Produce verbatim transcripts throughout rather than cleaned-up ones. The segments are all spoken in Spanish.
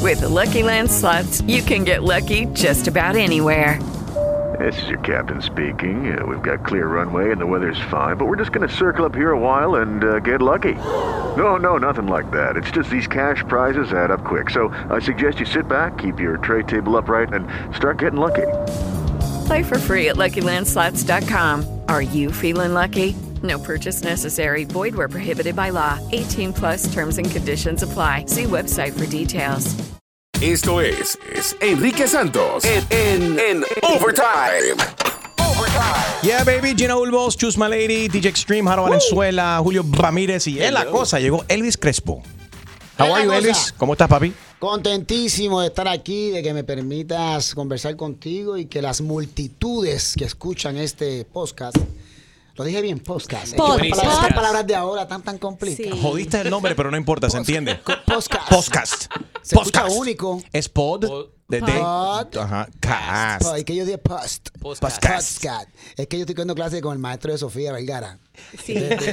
With the Lucky Land Slots, you can get lucky just about anywhere. This is your captain speaking. Uh, we've got clear runway and the weather's fine, but we're just going to circle up here a while and uh, get lucky. No, no, nothing like that. It's just these cash prizes add up quick. So I suggest you sit back, keep your tray table upright, and start getting lucky. Play for free at Lucky Land Slots dot com. Are you feeling lucky? No purchase necessary. Void where prohibited by law. eighteen plus terms and conditions apply. See website for details. Esto es, es Enrique Santos en, en, en Overtime. Overtime. Yeah, baby. Gina Ulvos, Choose My Lady, D J Extreme, Jaro Valenzuela, Julio Ramírez. Y es la cosa. Llegó Elvis Crespo. How are you, Elvis? ¿Cómo estás, papi? Contentísimo de estar aquí, de que me permitas conversar contigo y que las multitudes que escuchan este podcast... Lo dije bien, podcast. Pod, es que estas palabras, palabras de ahora tan tan complicadas. Sí. Jodiste el nombre, pero no importa, se entiende. Podcast. Podcast. Se Podcast. escucha único. Es pod. Pod. De, de, ajá, cast. Es que yo dije post. Podcast. Podcast. Es que yo estoy cogiendo clase con el maestro de Sofía Vergara. Sí.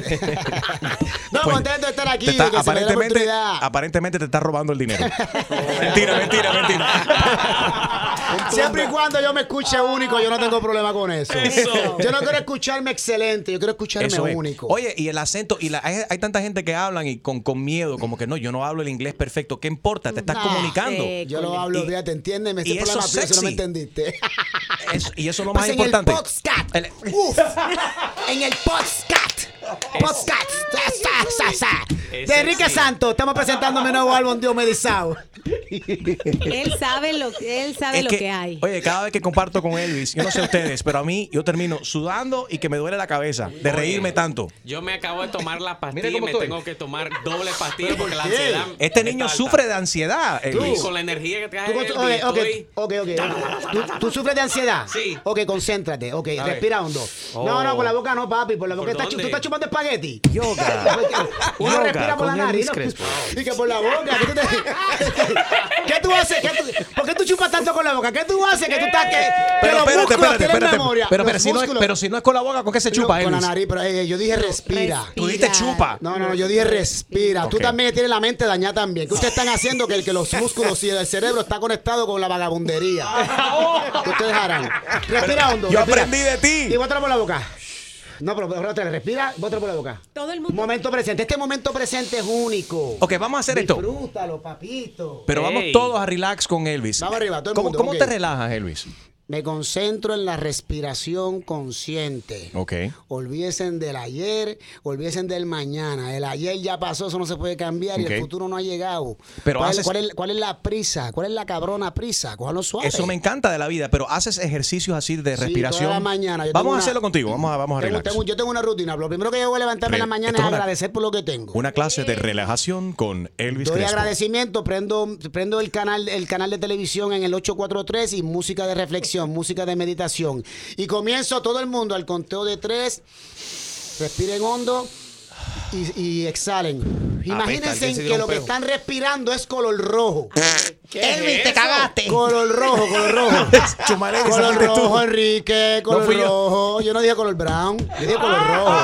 No, Pues, contento de estar aquí. Está, de que aparentemente, se me dé la aparentemente te estás robando el dinero. mentira, mentira, mentira. Siempre y cuando yo me escuche único, yo no tengo problema con eso. Eso. Yo no quiero escucharme excelente, yo quiero escucharme Eso es. único. Oye, y el acento, y la, hay, hay tanta gente que hablan y con, con miedo, como que no, yo no hablo el inglés perfecto. ¿Qué importa? Te estás Nah, comunicando. sí. Yo lo hablo, Y- fíjate, entiéndeme. y Este eso problema es tuyo si no me sexy. entendiste. Eso- y eso es lo Pues más en importante. el podcast. El- Uf. En el podcast. Podcast. Sa, sa, sa, sa. Es De Enrique sexy. Santos. Estamos presentando mi nuevo álbum Dios Medizado. Él sabe lo, él sabe Es lo que, que, hay. Oye, cada vez que comparto con Elvis, yo no sé ustedes, pero a mí yo termino sudando y que me duele la cabeza de reírme tanto. Yo me acabo de tomar la pastilla Mira y cómo me estoy. tengo que tomar doble pastilla porque la qué? ansiedad. Este está niño alta. sufre de ansiedad, Y Elvis. con la energía que Tú, trae con- Elvis, ok, ok, estoy- ok, ok. ¿Tú, tú sufres de ansiedad? Sí. Ok, concéntrate. Ok, ver. respira hondo. Oh. No, no, por la boca no, papi. Por la boca ¿Por está chu- dónde? ¿Tú estás chupando espagueti? Yoga. Uno Yoga respira por la con nariz. Elvis ¿no? Crespo. Y que por la boca. ¿Qué tú, te- ¿Qué tú haces? ¿Qué tú- ¿Por qué tú chupas tanto con la boca? ¿Qué tú haces? Que tú estás que, que Pero los espérate, músculos espérate, tienen espérate. memoria. Pero, Los pero, si no es, músculos- pero si no es con la boca, ¿con qué se chupa, No, con la Elvis? nariz, pero eh, yo dije respira. Tú dijiste chupa. No, no, no, yo dije respira. Tú Ok. también tienes la mente dañada también. ¿Qué ustedes están haciendo? Que, que los músculos y el cerebro está conectado con la vagabundería. ¿Qué ustedes harán? Respira hondo. Yo respira. aprendí de ti. Y bótalo por la boca. No, pero pero otra vez, respira, bótalo por la boca. Todo el mundo. Momento presente. Este momento presente es único. Ok, vamos a hacer esto. Disfrútalo, papito. Pero vamos Ey. todos a relax con Elvis. Vamos arriba, todo el ¿Cómo, mundo, ¿cómo ok. te relajas, Elvis? Me concentro en la respiración consciente. Ok. Olvídense del ayer, olvídense del mañana. El ayer ya pasó, eso no se puede cambiar y Ok. el futuro no ha llegado. Pero ¿Cuál, haces- cuál es, cuál es la prisa? ¿Cuál es la cabrona prisa? Cójalo suave. Eso me encanta de la vida, pero haces ejercicios así de Sí, respiración. toda la mañana. Yo Vamos tengo a una- hacerlo contigo. Vamos a, vamos a Tengo- relax. tengo- yo tengo una rutina. Lo primero que yo voy a levantarme en la Re- mañana esto es es una- agradecer por lo que tengo. Una clase de relajación con Elvis Doy Crespo. agradecimiento, prendo, prendo el canal, el canal de televisión en el ocho cuatro tres y música de reflexión, música de meditación. Y comienzo todo el mundo al conteo de tres. Respiren hondo y, y exhalen. Imagínense ¿quién se que dio un lo que peo? están respirando es color rojo. Elvis, te cagaste. Color rojo, color rojo. Chumaleri, Color fuiste tú. rojo, Enrique, color fui yo. rojo. Yo no dije color brown, yo dije color rojo.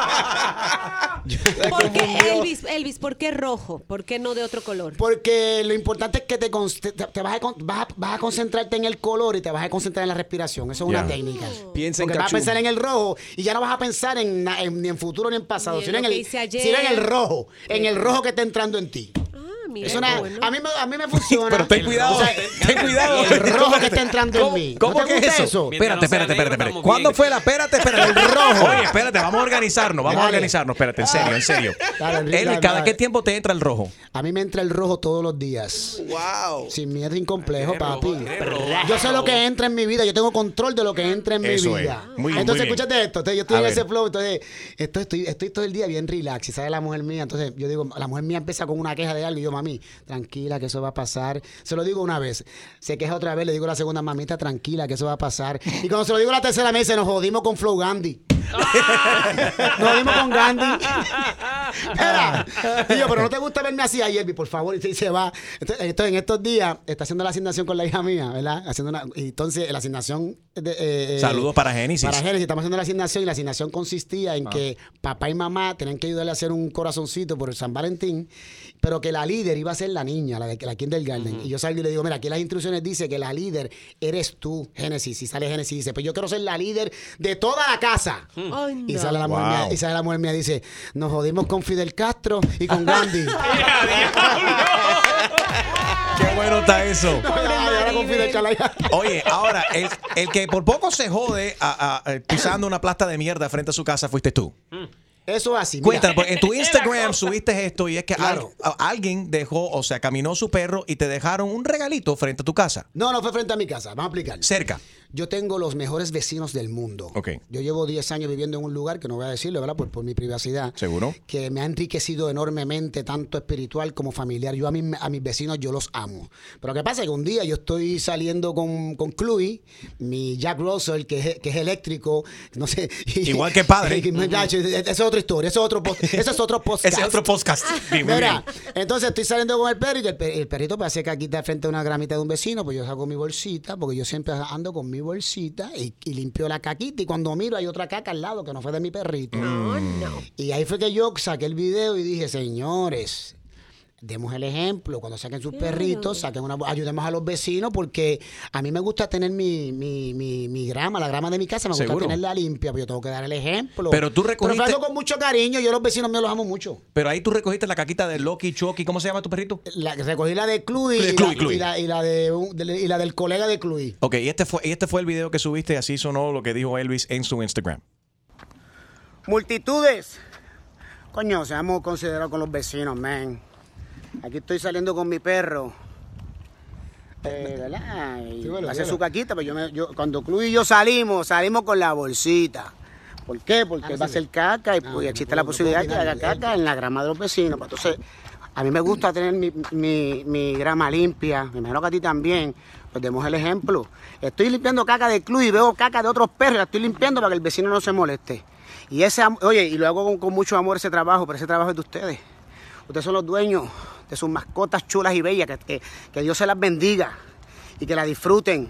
¿Por qué, Elvis, Elvis, ¿por qué rojo? ¿Por qué no de otro color? Porque lo importante es que te, con- te, te vas, a, con- vas, a, vas a concentrarte en el color y te vas a concentrar en la respiración. Eso es Ya. una técnica. Piensa en Porque vas a cachú. pensar en el rojo y ya no vas a pensar en, na- en- ni en futuro ni en pasado, Ni en sino en, lo que el, hice ayer. sino en el rojo, en el rojo que está entrando en ti. Ah, mira, Es una- qué bueno. a, mí me, a mí me funciona. Pero ten cuidado, O sea, ten cuidado. el rojo que está entrando en ¿Cómo- mí. ¿Cómo ¿No te que es gusta eso? eso? Espérate, Mientras no sea espérate, espérate, negro, espérate. estamos ¿Cuándo bien. fue la? Espérate, espérate. El rojo. Oye, espérate, vamos a organizarnos, vamos a Dale. organizarnos. Espérate, en serio, en serio. Dale, Enrique, Elvis, dale, ¿cada dale. qué tiempo te entra el rojo? A mí me entra el rojo todos los días. Wow. Sin miedo y complejo, Qué rojo, papi. qué rojo. Yo sé lo que entra en mi vida, yo tengo control de lo que entra en Eso mi es. vida. Muy bien, entonces, muy bien. escúchate esto, entonces, yo estoy A en ver. ese flow, entonces esto, estoy, estoy todo el día bien relax, y sabe la mujer mía, entonces yo digo, la mujer mía empieza con una queja de algo, y yo, mami, tranquila, que eso va a pasar. Se lo digo una vez, se queja otra vez, le digo a la segunda, mamita, tranquila, que eso va a pasar. Y cuando se lo digo a la tercera vez, nos jodimos con Flow Gandhi. Nos jodimos con Gandhi. Era. Y yo, pero no te gusta verme así, ay, Elvis, por favor. Y se va. Entonces, entonces, en estos días, está haciendo la asignación con la hija mía, ¿verdad? Haciendo una, y entonces, la asignación... De, eh, Saludos para Génesis. Para Génesis, estamos haciendo la asignación y la asignación consistía en Ah. que papá y mamá tenían que ayudarle a hacer un corazoncito por el San Valentín, pero que la líder iba a ser la niña, la de la kindergarten. Uh-huh. Y yo salgo y le digo, mira, aquí las instrucciones dice que la líder eres tú, Génesis. Y sale Génesis y dice, pues yo quiero ser la líder de toda la casa. Ay, no. Y sale la mujer Wow. mía, y sale la mujer mía y dice, nos jodimos con Fidel Castro y con Gandhi. Qué bueno está eso. Ahora con Fidel Castro. Oye, ahora, el, el que por poco se jode a- a- a- pisando una plasta de mierda frente a su casa fuiste tú. Eso es así. Mira. Cuéntanos, porque en tu Instagram subiste esto y es que Claro. al- a- alguien dejó, o sea, caminó su perro y te dejaron un regalito frente a tu casa. No, no fue frente a mi casa. Vamos a explicar. Cerca. Yo tengo los mejores vecinos del mundo. Ok. Yo llevo diez años viviendo en un lugar que no voy a decirlo, ¿verdad? Por, por mi privacidad. ¿Seguro? Que me ha enriquecido enormemente, tanto espiritual como familiar. Yo a, mis- a mis vecinos, yo los amo. Pero ¿qué pasa? Que un día yo estoy saliendo con, con Chloe, mi Jack Russell, que es, que es eléctrico, no sé. y- Igual que padre. y- muchacho, esa es otra historia, ese es otro, post- ese es otro podcast. Ese es otro podcast. Sí, muy Mira, bien. entonces estoy saliendo con el perro y el, per- el perrito me hace caquita frente a una gramita de un vecino, pues yo saco mi bolsita, porque yo siempre ando con mi bolsita y, y limpio la caquita y cuando miro hay otra caca al lado que no fue de mi perrito. No, no. Y ahí fue que yo saqué el video y dije, señores, demos el ejemplo. Cuando saquen sus Claro. perritos, saquen una, ayudemos a los vecinos porque a mí me gusta tener mi, mi, mi, mi grama, la grama de mi casa, me gusta Seguro. tenerla limpia, pero yo tengo que dar el ejemplo. Pero tú recogiste- Pero lo hago con mucho cariño, yo a los vecinos míos los amo mucho. Pero ahí tú recogiste la caquita de Loki, Chucky, ¿cómo se llama tu perrito? La, recogí la de Cluy De y, Cluy, la, Cluy. y, la, y, la de, un- de- y la del colega de Cluy. Ok, y este fue, y este fue el video que subiste, así sonó lo que dijo Elvis en su Instagram. Multitudes. Coño, seamos considerados con los vecinos, man. Aquí estoy saliendo con mi perro. Eh, ¿verdad? Y Sí, bueno, hace bueno. su caquita, pero yo, me, yo cuando Cluy y yo salimos, salimos con la bolsita. ¿Por qué? Porque Ah, él va a sí. hacer caca y Ah, pues, no existe puedo- la no posibilidad puedo que haga opinar. caca en la grama de los vecinos. Pues, entonces, a mí me gusta tener mi, mi, mi grama limpia, me imagino que a ti también. Pues demos el ejemplo. Estoy limpiando caca de Cluy y veo caca de otros perros, la estoy limpiando para que el vecino no se moleste. Y ese, am- oye, y lo hago con, con mucho amor ese trabajo, pero ese trabajo es de ustedes. Ustedes son los dueños de sus mascotas chulas y bellas, que, que, que Dios se las bendiga y que la disfruten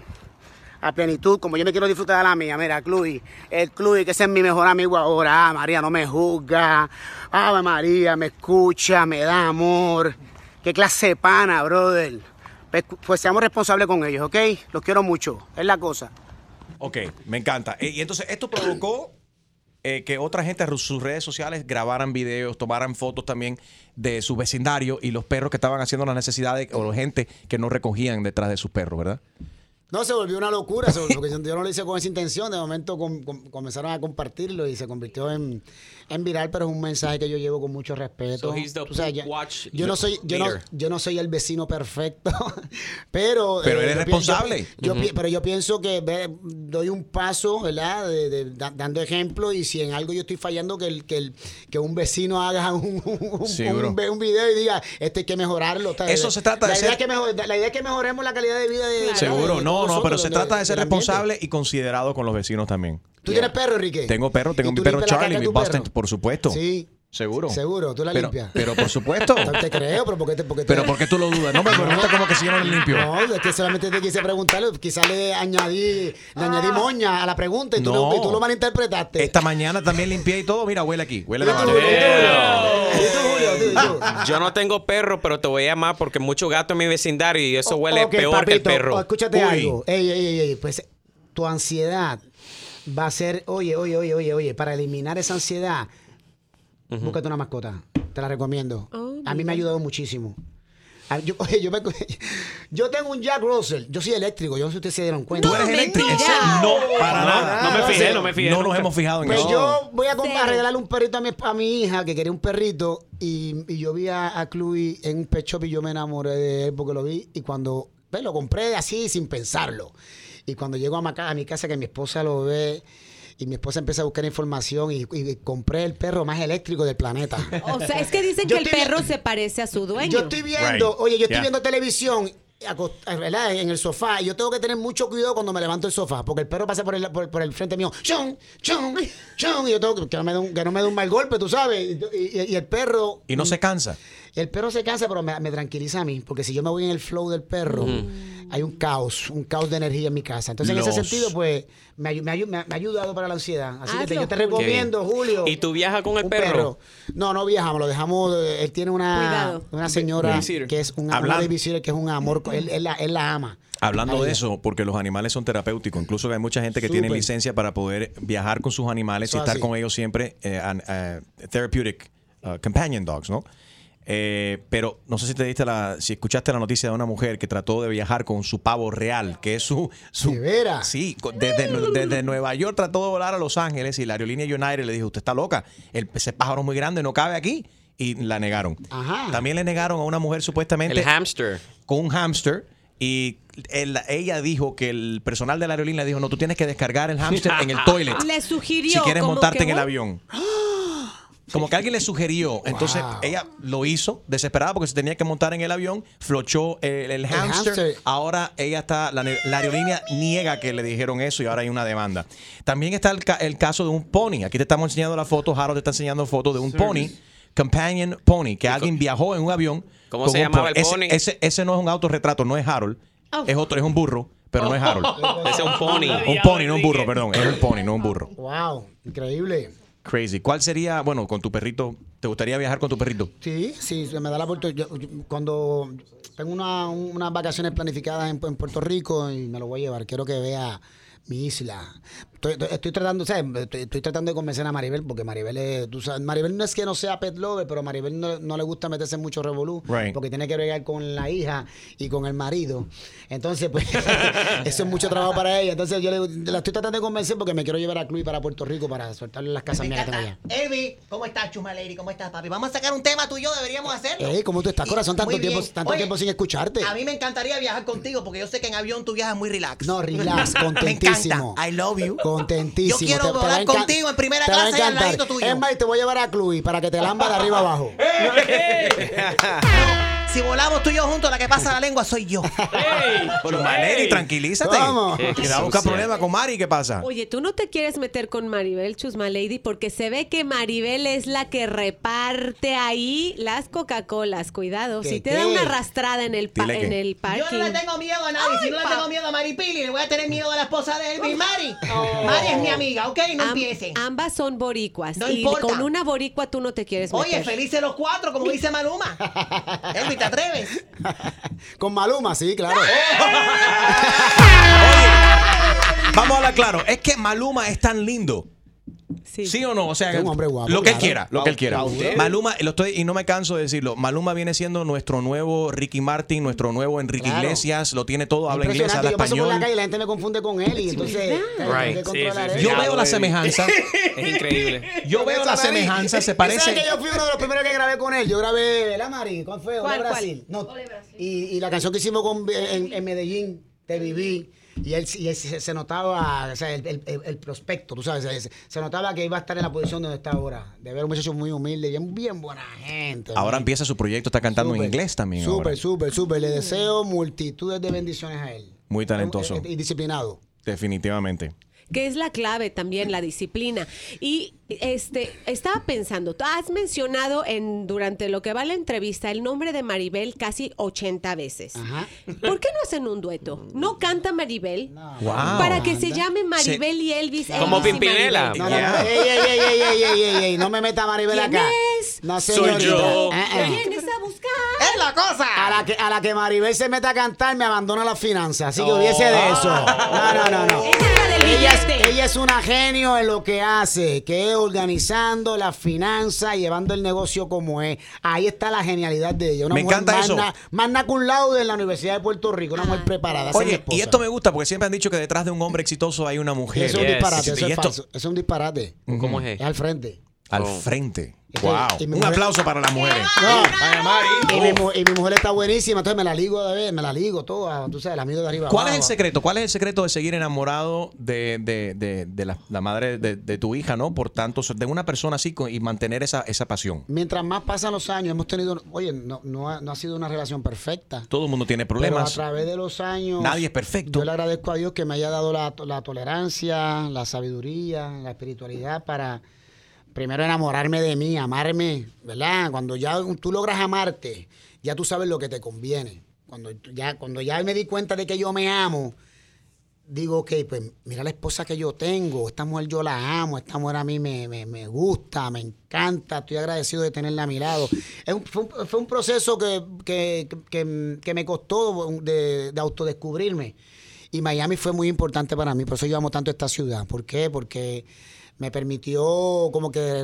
a plenitud, como yo me quiero disfrutar de la mía. Mira, Cluy, el Cluy, que ese es mi mejor amigo ahora. Ah, María no me juzga. Ave María, me escucha, me da amor. Qué clase de pana, brother. Pues, pues seamos responsables con ellos, ¿ok? Los quiero mucho, es la cosa. Ok, me encanta. Eh, Y entonces esto provocó eh, que otra gente en sus redes sociales grabaran videos, tomaran fotos también de su vecindario y los perros que estaban haciendo las necesidades o la gente que no recogían detrás de sus perros, ¿verdad? No, se volvió una locura, se volvió- porque yo no lo hice con esa intención. De momento com- com- comenzaron a compartirlo y se convirtió en, en viral, pero es un mensaje que yo llevo con mucho respeto. So he's the Tú sabes, poop ya- watch yo, no soy, yo, no, leader. yo no soy el vecino perfecto, pero... Pero eres yo pi- responsable. Yo, pi- yo pi- pero yo pienso que ve, doy un paso, ¿verdad? De, de- da- dando ejemplo y si en algo yo estoy fallando, que, el, que, el, que un vecino haga un, un, Seguro. un, un video y diga, esto hay que mejorarlo. tal. Eso se trata de la idea ser- es que mejor- La idea es que mejoremos la calidad de vida de... Seguro, de no, todos no, pero nosotros, se de- trata de ser del ambiente. responsable y considerado con los vecinos también. ¿Tú tienes perro, Enrique? Tengo perro, tengo ¿Y mi tú perro limpias la Charlie, caca mi de tu Boston, perro? por supuesto. Sí. Seguro. Seguro, tú la pero, limpias. Pero por supuesto. No te creo, pero ¿por qué te, por qué te- Pero ¿por qué tú lo dudas? No me preguntas como que si yo no lo limpio. No, es que solamente te quise preguntarle, quizás le añadí, le añadí moña a la pregunta y tú, No. lo, y tú lo malinterpretaste. Esta mañana también limpié y todo. Mira, huele aquí. Huele ¿Y la tú, mano. Julio? ¿Y tú, Julio? ¿Y tú, y tú? Yo no tengo perro, pero te voy a llamar porque mucho gato en mi vecindario y eso huele Ok, peor que el papito, perro. oh, escúchate Uy. algo. Ey, ey, ey, ey, pues tu ansiedad va a ser, oye, oye, oye, oye, oye, para eliminar esa ansiedad, búscate una mascota. Te la recomiendo. Oh, a mí me mira. ha ayudado muchísimo. A- Yo, oye, yo, me- yo tengo un Jack Russell. Yo soy eléctrico. Yo no sé si ustedes se dieron cuenta. Tú eres eléctrico. mentira. Eso no, para No, nada. no me fijé, Entonces, no me fijé. No nos nunca. hemos fijado en Pues eso. yo voy a, comp- a Cero. regalarle un perrito a mi, a mi hija que quería un perrito y, y yo vi a, a Chloe en un pet shop y yo me enamoré de él porque lo vi y cuando pues, lo compré así sin pensarlo. Y cuando llego a, ma- a mi casa que mi esposa lo ve y mi esposa empieza a buscar información y, y compré el perro más eléctrico del planeta. O sea, es que dicen Yo que el estoy perro vi- se parece a su dueño. Yo estoy viendo, Right. oye, yo estoy Yeah. viendo televisión. ¿verdad? En el sofá. Y yo tengo que tener mucho cuidado cuando me levanto el sofá, porque el perro pasa por el, por, por el frente mío. ¡Chon! ¡Chon! ¡Chon! Y yo tengo que, que, no me dé un, que no me dé un mal golpe, tú sabes. Y, y, y el perro... Y no se cansa. El perro se cansa, pero me, me tranquiliza a mí, porque si yo me voy en el flow del perro, mm. hay un caos, un caos de energía en mi casa. Entonces, Los... en ese sentido, pues, me, me, me, me ha ayudado para la ansiedad. Así Hazlo, que te, yo te recomiendo, Julio. ¿Y tú viajas con el perro? perro? No, no viajamos, lo dejamos. Él tiene una, una señora que es un babysitter, que es un amor, él, él, la, él la ama. Hablando de eso, porque los animales son terapéuticos, incluso hay mucha gente que Super. tiene licencia para poder viajar con sus animales Eso y estar así. con ellos siempre, eh, uh, therapeutic uh, companion dogs, ¿no? Eh, pero no sé si te diste la, si escuchaste la noticia de una mujer que trató de viajar con su pavo real, que es su, su ¿De veras? Sí, desde, desde Nueva York trató de volar a Los Ángeles y la aerolínea United le dijo, usted está loca, el, ese pájaro es muy grande, no cabe aquí, y la negaron. Ajá. También le negaron a una mujer supuestamente el hámster con un hámster. Y él, ella dijo que el personal de la aerolínea dijo, no, tú tienes que descargar el hámster en el toilet. Le sugirió. Si quieres montarte que, en el avión. Como que alguien le sugirió. Entonces wow. ella lo hizo desesperada porque se tenía que montar en el avión. Flochó el, el, hámster. el hámster. Ahora ella está, la, la aerolínea niega que le dijeron eso y ahora hay una demanda. También está el, el caso de un pony. Aquí te estamos enseñando la foto. Harold te está enseñando fotos de un sí. pony. Companion pony. Que alguien viajó en un avión. ¿Cómo se llamaba pony. el pony? Ese, ese, ese no es un autorretrato, no es Harold. Oh. Es otro, es un burro, pero oh. no es Harold. Ese es un pony. Un pony, no un burro, perdón. Es un pony, no un burro. Wow, increíble. Crazy. ¿Cuál sería, bueno, con tu perrito? ¿Te gustaría viajar con tu perrito? Sí, sí, me da la oportunidad. Yo, yo, cuando tengo una, unas vacaciones planificadas en, en Puerto Rico y me lo voy a llevar, quiero que vea mi isla. Estoy, estoy, estoy tratando, ¿sabes? Estoy, estoy tratando de convencer a Maribel, porque Maribel es, tú sabes, Maribel no es que no sea pet lover, pero a Maribel no, no le gusta meterse en mucho revolú, right. porque tiene que bregar con la hija y con el marido. Entonces, pues, eso es mucho trabajo para ella. Entonces, yo le, la estoy tratando de convencer porque me quiero llevar a Cluy para Puerto Rico para soltarle las casas mías que tengo allá. Elvi, ¿cómo estás, Chuma Lady? ¿Cómo estás, papi? Vamos a sacar un tema tú y yo, deberíamos hacerlo. Ey, ¿cómo tú estás, corazón? Tanto, tiempo, tanto Oye, tiempo sin escucharte. A mí me encantaría viajar contigo porque yo sé que en avión tú viajas muy relax. No, relax, contentísimo. Me encanta. I love you. Contentísimo. Yo quiero volar contigo en primera clase y al ladito tuyo. Es más, te voy a llevar a Cluy para que te lamba de arriba abajo. Si volamos tú y yo juntos, la que pasa la lengua soy yo. Hey, pero Maneri, tranquilízate. ¿Cómo? Que da a buscar problemas con Mari, ¿qué pasa? Oye, tú no te quieres meter con Maribel, Chusma Lady, porque se ve que Maribel es la que reparte ahí las Coca-Colas. Cuidado, si te qué? da una arrastrada en el, pa en el parking. Yo no le tengo miedo a nadie. Ay, si no le tengo miedo a Maripili, le voy a tener miedo a la esposa de Elvi, Mari. Oh. Mari es mi amiga, ¿ok? No Am empiecen. Ambas son boricuas. No y importa. Con una boricua tú no te quieres meter. Oye, felices los cuatro, como dice Maluma. Elvi, ¿te atreves? Con Maluma, sí, claro. Oye, vamos a hablar claro. Es que Maluma es tan lindo. Sí. ¿Sí o no? O sea, es un hombre guapo, lo que claro. él quiera, lo que él quiera. Maluma, lo estoy y no me canso de decirlo. Maluma viene siendo nuestro nuevo Ricky Martin, nuestro nuevo Enrique claro. Iglesias, lo tiene todo, habla inglés, habla yo paso español. por la calle y la gente me confunde con él y entonces right. sí, sí, sí. yo veo la semejanza. Es increíble. Yo veo la semejanza, se parece. ¿Sabes que yo fui uno de los primeros que grabé con él? Yo grabé La Mari, ¿cuál fue? ¿Cuál, Ole Brasil. No, Ole Brasil. Y, y la canción que hicimos con, en, en Medellín, Te Viví. Y él, y él se, se notaba, o sea, el, el, el prospecto, tú sabes, se, se notaba que iba a estar en la posición donde está ahora. De ver un muchacho muy humilde, bien, bien buena gente. Ahora man. empieza su proyecto, está cantando super, en inglés también. Súper, súper, súper. Le deseo multitudes de bendiciones a él. Muy talentoso. Y disciplinado. Definitivamente. Que es la clave también, la disciplina. Y este estaba pensando, tú has mencionado en durante lo que va la entrevista el nombre de Maribel casi ochenta veces. Ajá. ¿Por qué no hacen un dueto? ¿No canta Maribel? No. Wow. Para que se llame Maribel se... y Elvis. Como Elvis Pimpinela. No, no, yeah. ey, ey, ey, ey, ey, ey, ey, ey, no me meta Maribel ¿Quién acá. es? No, señorita. Soy yo. Uh -uh. ¿Vienes a buscar? ¡Es la cosa! A la, que, a la que Maribel se meta a cantar, me abandona las finanzas. Así que oh. olvídese de eso. No, no, no, no. Esa es la del ella, es, billete. ella es una genio en lo que hace, que es organizando las finanzas, llevando el negocio como es. Ahí está la genialidad de ella. Una me mujer encanta eso. Magna cum laude en la Universidad de Puerto Rico. Una mujer preparada. Oye, y esto me gusta porque siempre han dicho que detrás de un hombre exitoso hay una mujer. Eso es un Yes. disparate, eso y es esto... falso. Eso es un disparate. ¿Cómo es? Es al frente. Al Oh. frente. Este, Wow. y mi Un mujer- aplauso para las mujeres. No. Vaya, Mari. Y mi, Uf. mu- y mi mujer está buenísima, entonces me la ligo de vez, me la ligo toda, tú sabes, el amigo de arriba ¿Cuál es el abajo. secreto? ¿Cuál es el secreto de seguir enamorado de, de, de, de la, la madre de, de tu hija, ¿no? Por tanto, de una persona así con- y mantener esa, esa pasión. Mientras más pasan los años, hemos tenido, oye, no, no, ha, no ha sido una relación perfecta. Todo el mundo tiene Pero a problemas. través de los años. Nadie es perfecto. Yo le agradezco a Dios que me haya dado la, la tolerancia, la sabiduría, la espiritualidad para primero enamorarme de mí, amarme, ¿verdad? Cuando ya tú logras amarte, ya tú sabes lo que te conviene. Cuando ya, cuando ya me di cuenta de que yo me amo, digo, ok, pues mira la esposa que yo tengo, esta mujer yo la amo, esta mujer a mí me, me, me gusta, me encanta, estoy agradecido de tenerla a mi lado. Es un, fue, un, fue un proceso que, que, que, que me costó de, de autodescubrirme. Y Miami fue muy importante para mí, por eso yo amo tanto esta ciudad. ¿Por qué? Porque me permitió como que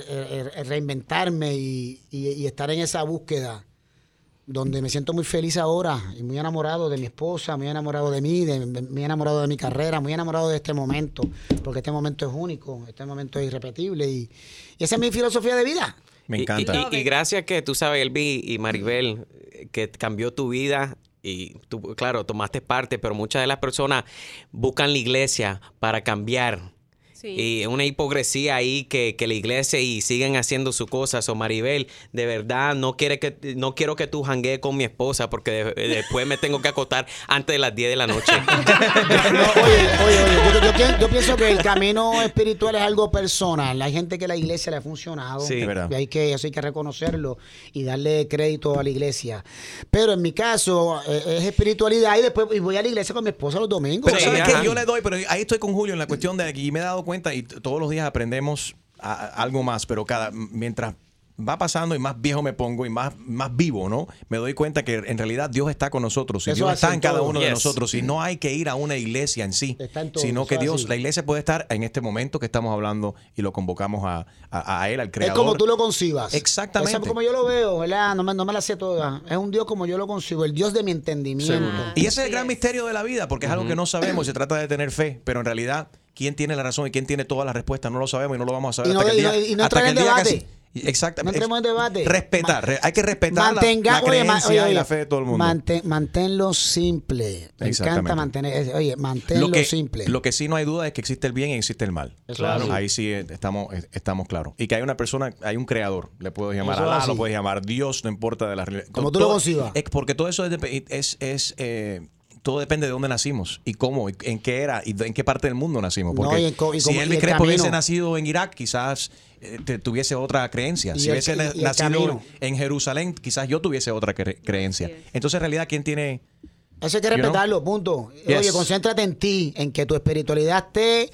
reinventarme y, y, y estar en esa búsqueda donde me siento muy feliz ahora y muy enamorado de mi esposa, muy enamorado de mí, de, de, muy enamorado de mi carrera, muy enamorado de este momento, porque este momento es único, este momento es irrepetible y, y esa es mi filosofía de vida. Me Y- encanta. Y, y- y gracias que tú sabes, Elvi y Maribel, que cambió tu vida y tú, claro, tomaste parte, pero muchas de las personas buscan la iglesia para cambiar. Sí. Y una hipocresía ahí que, que la iglesia y siguen haciendo sus cosas. O Maribel, de verdad, no quiere que no quiero que tú janguees con mi esposa porque de- después me tengo que acostar antes de las diez de la noche. No, oye, oye, oye, yo, yo pi- yo pienso que el camino espiritual es algo personal. Hay gente que la iglesia le ha funcionado. Sí. Es verdad. Y hay que, eso hay que reconocerlo y darle crédito a la iglesia. Pero en mi caso, eh, es espiritualidad y después y voy a la iglesia con mi esposa los domingos. Pero Sí, ¿sabes ajá. qué? Yo le doy, pero ahí estoy con Julio en la cuestión de aquí. Me he dado cuenta y t- todos los días aprendemos a- a algo más, pero cada mientras va pasando y más viejo me pongo y más, más vivo, ¿no? Me doy cuenta que en realidad Dios está con nosotros y Eso Dios hace está en cada todo. uno de Yes. nosotros y no hay que ir a una iglesia en sí, Está en todo, sino que eso es Dios, así. la iglesia puede estar en este momento que estamos hablando y lo convocamos a, a, a Él, al Es Creador. como tú lo concibas. Exactamente. Esa es como yo lo veo, ¿verdad? No me, no me la sé toda. Es un Dios como yo lo concibo, el Dios de mi entendimiento. Seguro. Y ese es el Así gran es. misterio de la vida, porque es algo que no sabemos, se trata de tener fe, pero en realidad, ¿quién tiene la razón y quién tiene todas las respuestas? No lo sabemos y no lo vamos a saber Y no- hasta que el y no- día, y no hasta que entrar el en día que debate. se- Exactamente. No entremos en debate. Respetar, re- hay que respetar la- Mantenga- la, oye, ma- creencia oye, oye, y la fe de todo el mundo. mantén- manténlo simple. Me Exactamente. encanta mantener. Oye, manténlo Lo que, simple. lo que sí no hay duda es que existe el bien y existe el mal. Eso Claro. es así. Ahí sí eh, estamos, eh, estamos claros. Y que hay una persona, hay un creador. Le puedes llamar Eso es Alá, así. lo puedes llamar Dios, no importa de la religión. Como tú lo concibas. Es porque todo eso es, dep- es, es, eh, todo depende de dónde nacimos y cómo, y en qué era y de- en qué parte del mundo nacimos. No, Porque y en co- y si como- y Elvis el Crespo camino. hubiese nacido en Irak, quizás eh, te- tuviese otra creencia. Y Si el- hubiese y- na- y el nacido camino. en Jerusalén, quizás yo tuviese otra cre- creencia. Así es. Entonces, en realidad, ¿quién tiene...? Eso hay que You know? respetarlo, punto. Yes. Oye, concéntrate en ti, en que tu espiritualidad esté,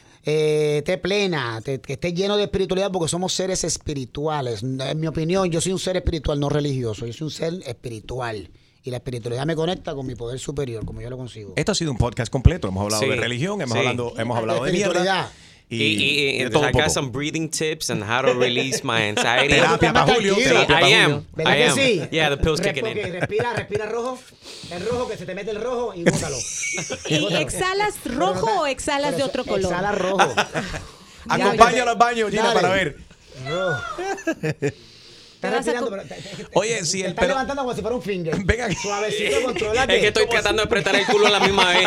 eh, esté plena, te- que esté lleno de espiritualidad, porque somos seres espirituales. En mi opinión, yo soy un ser espiritual, no religioso. Yo soy un ser espiritual. Y la espiritualidad me conecta con mi poder superior, como yo lo consigo. Esto ha sido un podcast completo. Hemos hablado Sí. de religión, hemos, Sí. hablado, hemos hablado de mierda. Espiritualidad. Y, y, y de todo un I got poco. some breathing tips and how to release my anxiety. Terapia para Está Julio. tranquilo. terapia para I am. Julio. ¿Verdad I que am. sí? Yeah, the pill's Re- kicking ok, in. Respira, respira rojo. El rojo, que se te mete el rojo y bótalo. ¿Y Bótalo. exhalas rojo o exhalas de otro color? Exhala rojo. Acompáñalo al baño, Gina, Dale. para ver. Rojo. Te Estás vas a respirando, co- pero te- te- te- Oye, te si el estás pero- levantando como si fuera un finger. Venga aquí. Suavecito, controlate. Es que estoy Como tratando de apretar el culo a la misma vez.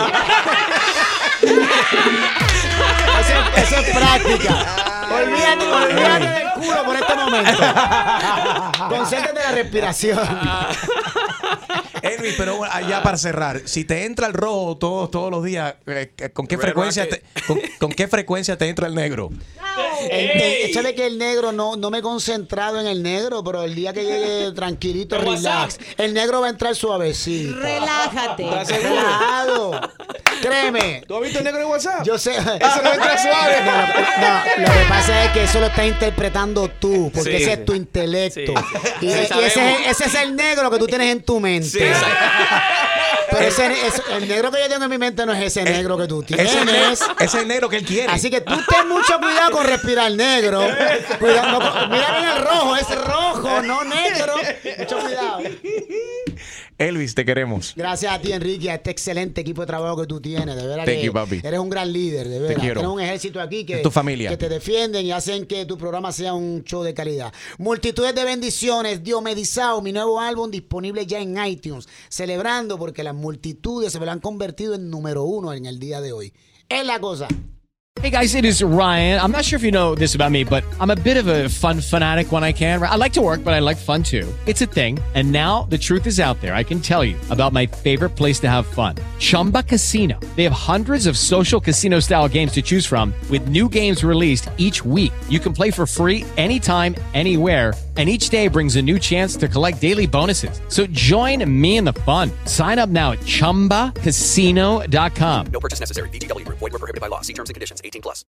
Eso, eso es práctica. Olvídate, olvídate del culo por este momento. Concéntrate en la respiración. Elvis, pero bueno, allá para cerrar, si te entra el rojo todos, todos los días, eh, ¿con qué Red frecuencia te, Rocket. con, con qué frecuencia te entra el negro? El, el- échale que el negro, no, no me he concentrado en el negro, pero el día que llegue tranquilito, Pero relax, el negro va a entrar suavecito. Relájate. Relajado. Créeme. ¿Tú has visto el negro en WhatsApp? Yo sé. Eso no entra suave. No, lo, no, lo que pasa es que eso lo estás interpretando tú, porque Sí. ese es tu intelecto. Sí. Y, Sí, y ese, sabemos. es, ese es el negro que tú tienes en tu mente. Sí, exacto. Pero ese, ese- el negro que yo tengo en mi mente no es ese negro que tú tienes. Ese, ne- ese es el negro que él quiere. Así que tú ten mucho cuidado con respirar negro. Cuidado, no, mira bien el rojo, es rojo, no negro. Mucho cuidado. Elvis, te queremos. Gracias a ti, Enrique, a este excelente equipo de trabajo que tú tienes. De verdad Thank que you, papi. eres un gran líder, de verdad. Te quiero. Tienes un ejército aquí que, Es tu familia. que te defienden y hacen que tu programa sea un show de calidad. Multitudes de bendiciones. Diomedizao, mi nuevo álbum disponible ya en iTunes. Celebrando porque las multitudes se me lo han convertido en número uno en el día de hoy. Es la cosa. Hey guys, it is Ryan. I'm not sure if you know this about me, but I'm a bit of a fun fanatic when I can. I like to work, but I like fun too. It's a thing. And now the truth is out there. I can tell you about my favorite place to have fun. Chumba Casino. They have hundreds of social casino style games to choose from with new games released each week. You can play for free anytime, anywhere. And each day brings a new chance to collect daily bonuses. So join me in the fun. Sign up now at chumba casino dot com. No purchase necessary. V G W Group. Void where prohibited by law. See terms and conditions. eighteen plus.